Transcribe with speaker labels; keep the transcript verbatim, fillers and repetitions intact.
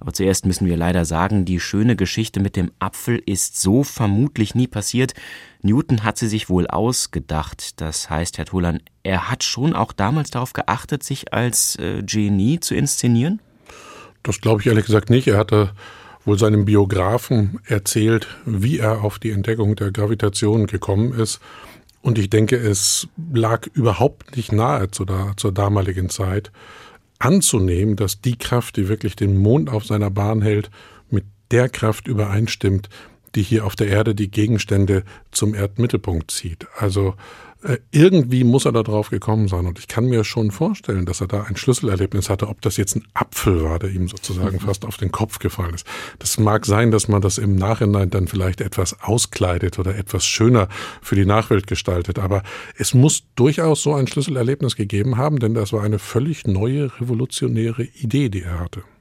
Speaker 1: Aber zuerst müssen wir leider sagen, die schöne Geschichte mit dem Apfel ist so vermutlich nie passiert. Newton hat sie sich wohl ausgedacht. Das heißt, Herr Tholan, er hat schon auch damals darauf geachtet, sich als äh, Genie zu inszenieren?
Speaker 2: Das glaube ich ehrlich gesagt nicht. Er hatte wohl seinem Biografen erzählt, wie er auf die Entdeckung der Gravitation gekommen ist. Und ich denke, es lag überhaupt nicht nahe zu der, zur damaligen Zeit, anzunehmen, dass die Kraft, die wirklich den Mond auf seiner Bahn hält, mit der Kraft übereinstimmt, die hier auf der Erde die Gegenstände zum Erdmittelpunkt zieht. Also äh, irgendwie muss er da drauf gekommen sein. Und ich kann mir schon vorstellen, dass er da ein Schlüsselerlebnis hatte, ob das jetzt ein Apfel war, der ihm sozusagen mhm. fast auf den Kopf gefallen ist. Das mag sein, dass man das im Nachhinein dann vielleicht etwas auskleidet oder etwas schöner für die Nachwelt gestaltet. Aber es muss durchaus so ein Schlüsselerlebnis gegeben haben, denn das war eine völlig neue, revolutionäre Idee, die er hatte.